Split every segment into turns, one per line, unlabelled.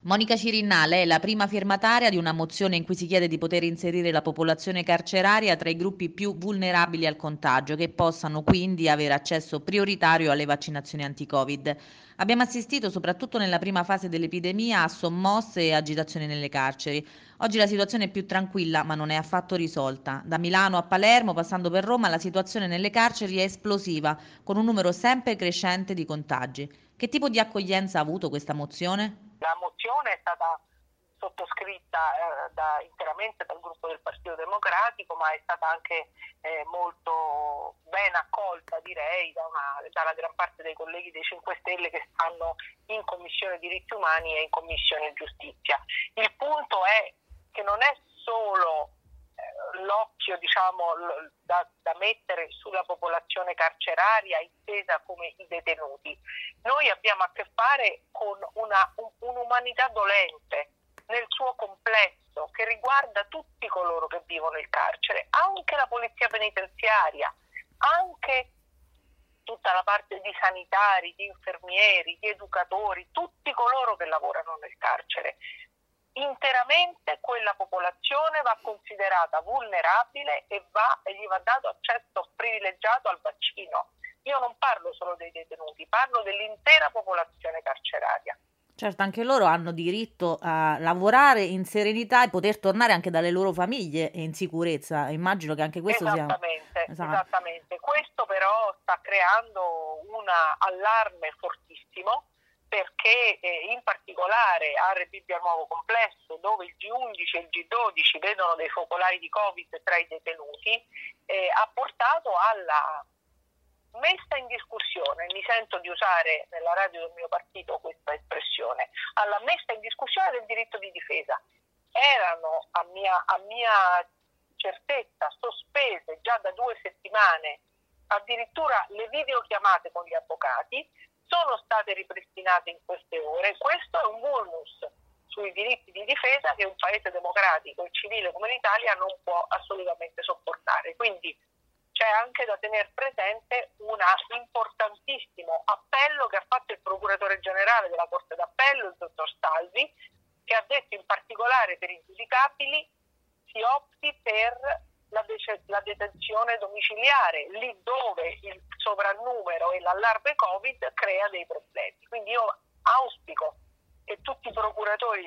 Monica Cirinnà, lei è la prima firmataria di una mozione in cui si chiede di poter inserire la popolazione carceraria tra i gruppi più vulnerabili al contagio, che possano quindi avere accesso prioritario alle vaccinazioni anti-Covid. Abbiamo assistito, soprattutto nella prima fase dell'epidemia, a sommosse e agitazioni nelle carceri. Oggi la situazione è più tranquilla, ma non è affatto risolta. Da Milano a Palermo, passando per Roma, la situazione nelle carceri è esplosiva, con un numero sempre crescente di contagi. Che tipo di accoglienza ha avuto questa mozione?
La mozione è stata sottoscritta interamente dal gruppo del Partito Democratico, ma è stata anche molto ben accolta, direi, dalla gran parte dei colleghi dei 5 Stelle che stanno in Commissione Diritti Umani e in Commissione Giustizia. Il punto è che non è solo l'occhio, diciamo, da mettere sulla popolazione carceraria intesa come i detenuti. Noi abbiamo a che fare con un'umanità dolente nel suo complesso, che riguarda tutti coloro che vivono il carcere, anche la polizia penitenziaria, anche tutta la parte di sanitari, di infermieri, di educatori, tutti coloro che lavorano nel carcere. Interamente quella popolazione va considerata vulnerabile e gli va dato accesso privilegiato al vaccino. Io non parlo solo dei detenuti, parlo dell'intera popolazione carceraria.
Certo, anche loro hanno diritto a lavorare in serenità e poter tornare anche dalle loro famiglie in sicurezza. Immagino che anche questo sia...
Esattamente,
Esatto.
esattamente. Questo però sta creando un allarme fortissimo perché in particolare a Rebibbia Nuovo Complesso, dove il G11 e il G12 vedono dei focolai di Covid tra i detenuti, ha portato alla messa in discussione, mi sento di usare nella radio del mio partito questa espressione, alla messa in discussione del diritto di difesa. Erano a mia certezza sospese già da 2 settimane addirittura le videochiamate con gli avvocati, sono state ripristinate in queste ore. Questo è un vulnus sui diritti di difesa che un paese democratico e civile come l'Italia non può assolutamente sopportare. Quindi c'è anche da tenere presente un importantissimo appello che ha fatto il procuratore generale della Corte d'Appello, il dottor Salvi, che ha detto in particolare per i giudicabili si opti per la detenzione domiciliare, lì dove il sovrannumero e l'allarme Covid crea dei problemi. Quindi io auspico che tutti i procuratori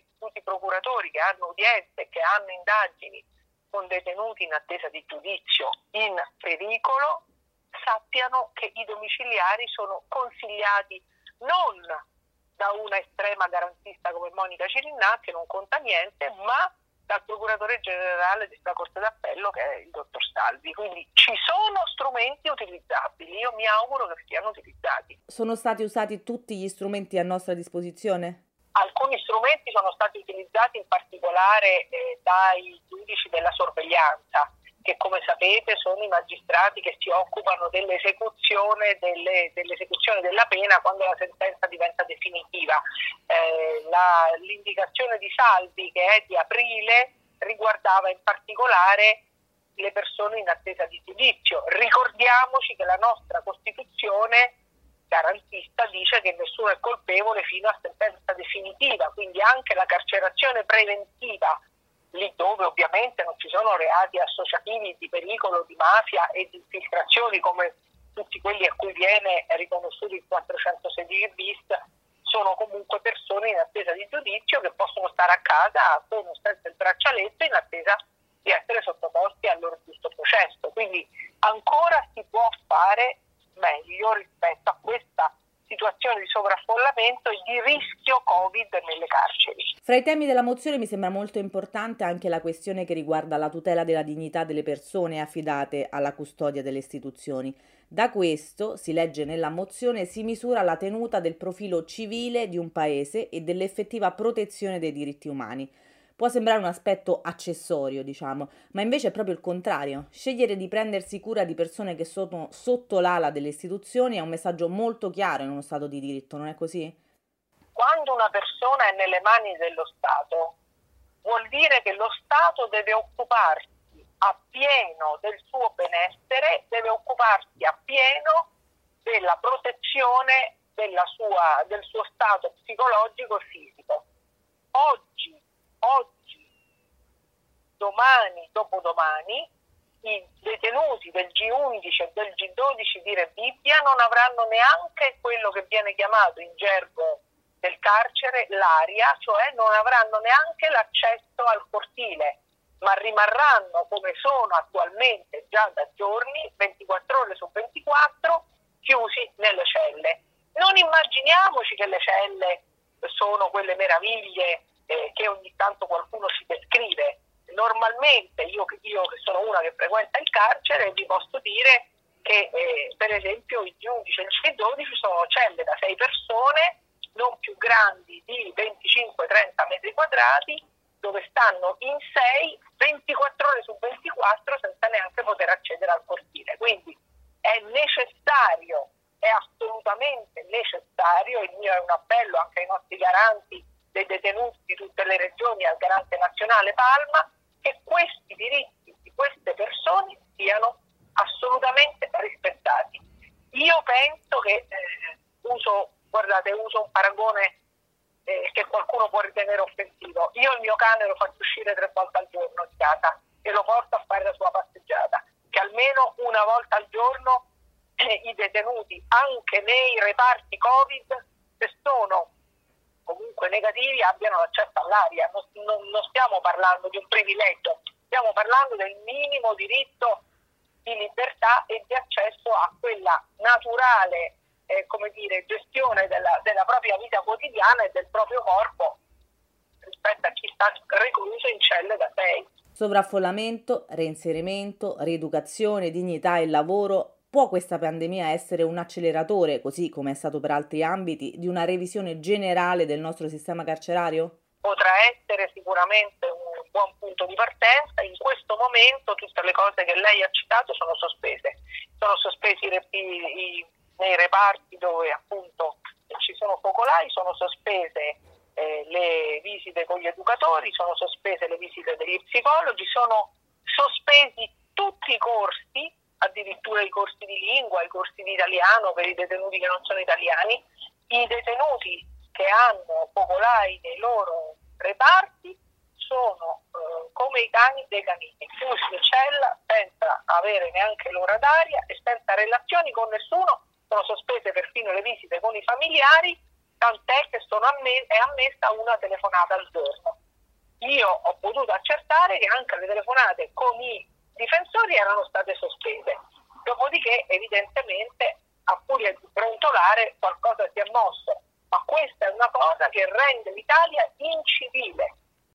che hanno udienze, che hanno indagini con detenuti in attesa di giudizio in pericolo, sappiano che i domiciliari sono consigliati non da una estrema garantista come Monica Cirinnà, che non conta niente, ma dal procuratore generale della Corte d'Appello, che è il dottor Salvi. Quindi ci sono strumenti utilizzabili, io mi auguro che siano utilizzati.
Sono stati usati tutti gli strumenti a nostra disposizione?
Alcuni strumenti sono stati utilizzati in particolare dai giudici della sorveglianza, che come sapete sono i magistrati che si occupano dell'esecuzione della pena quando la sentenza diventa definitiva. L'indicazione di Salvi, che è di aprile, riguardava in particolare le persone in attesa di giudizio. Ricordiamoci che la nostra Costituzione garantista dice che nessuno è colpevole fino a sentenza definitiva, quindi anche la carcerazione preventiva, lì dove ovviamente non ci sono reati associativi di pericolo, di mafia e di infiltrazioni come tutti quelli a cui viene riconosciuto il 416 bis, sono comunque persone in attesa di giudizio che possono stare a casa con o senza il braccialetto in attesa di essere sottoposti al loro giusto processo. Quindi ancora si può fare meglio rispetto a questa situazione di sovraffollamento e di rischio Covid nelle carceri.
Fra i temi della mozione mi sembra molto importante anche la questione che riguarda la tutela della dignità delle persone affidate alla custodia delle istituzioni. Da questo, si legge nella mozione, si misura la tenuta del profilo civile di un paese e dell'effettiva protezione dei diritti umani. Può sembrare un aspetto accessorio, diciamo, ma invece è proprio il contrario. Scegliere di prendersi cura di persone che sono sotto l'ala delle istituzioni è un messaggio molto chiaro in uno Stato di diritto, non è così?
Quando una persona è nelle mani dello Stato, vuol dire che lo Stato deve occuparsi appieno del suo benessere, deve occuparsi appieno della protezione del suo stato psicologico e fisico. dopodomani i detenuti del G11 e del G12 di Rebibbia non avranno neanche quello che viene chiamato in gergo del carcere l'aria, cioè non avranno neanche l'accesso al cortile, ma rimarranno come sono attualmente già da giorni, 24 ore su 24, chiusi nelle celle. Non immaginiamoci che le celle sono quelle meraviglie che ogni tanto qualcuno si descrive. Normalmente io che sono una che frequenta il carcere vi posso dire che per esempio il G11 e il G12 sono celle da 6 persone non più grandi di 25-30 metri quadrati, dove stanno in 6 24 ore su 24 senza neanche poter accedere al cortile. Quindi è necessario, è assolutamente necessario, il mio è un appello anche ai nostri garanti dei detenuti di tutte le regioni, al garante nazionale Palma, che questi diritti di queste persone siano assolutamente rispettati. Io penso che uso un paragone che qualcuno può ritenere offensivo. Io il mio cane lo faccio uscire 3 volte al giorno di casa e lo porto a fare la sua passeggiata, che almeno una volta al giorno i detenuti anche nei reparti Covid, se sono comunque negativi, abbiano l'accesso all'aria. Non stiamo parlando di un privilegio, stiamo parlando del minimo diritto di libertà e di accesso a quella naturale gestione della propria vita quotidiana e del proprio corpo rispetto a chi sta recluso in celle da 6.
Sovraffollamento, reinserimento, rieducazione, dignità e lavoro. Può questa pandemia essere un acceleratore, così come è stato per altri ambiti, di una revisione generale del nostro sistema carcerario?
Potrà essere sicuramente un buon punto di partenza. In questo momento tutte le cose che lei ha citato sono sospese. Sono sospesi nei reparti dove appunto ci sono focolai, sono sospese le visite con gli educatori, sono sospese le visite degli psicologi, sono sospesi tutti i corsi, addirittura i corsi di lingua, i corsi di italiano per i detenuti che non sono italiani. I detenuti che hanno focolai nei loro reparti sono come i cani dei canini, chiusi in cella senza avere neanche l'ora d'aria e senza relazioni con nessuno. Sono sospese perfino le visite con i familiari, tant'è che è ammessa una telefonata al giorno. Io ho potuto accertare che anche le telefonate con i difensori erano state sospese. Dopodiché, evidentemente, a furia di brontolare, qualcosa si è mosso. Ma questa è una cosa che rende l'Italia incivile.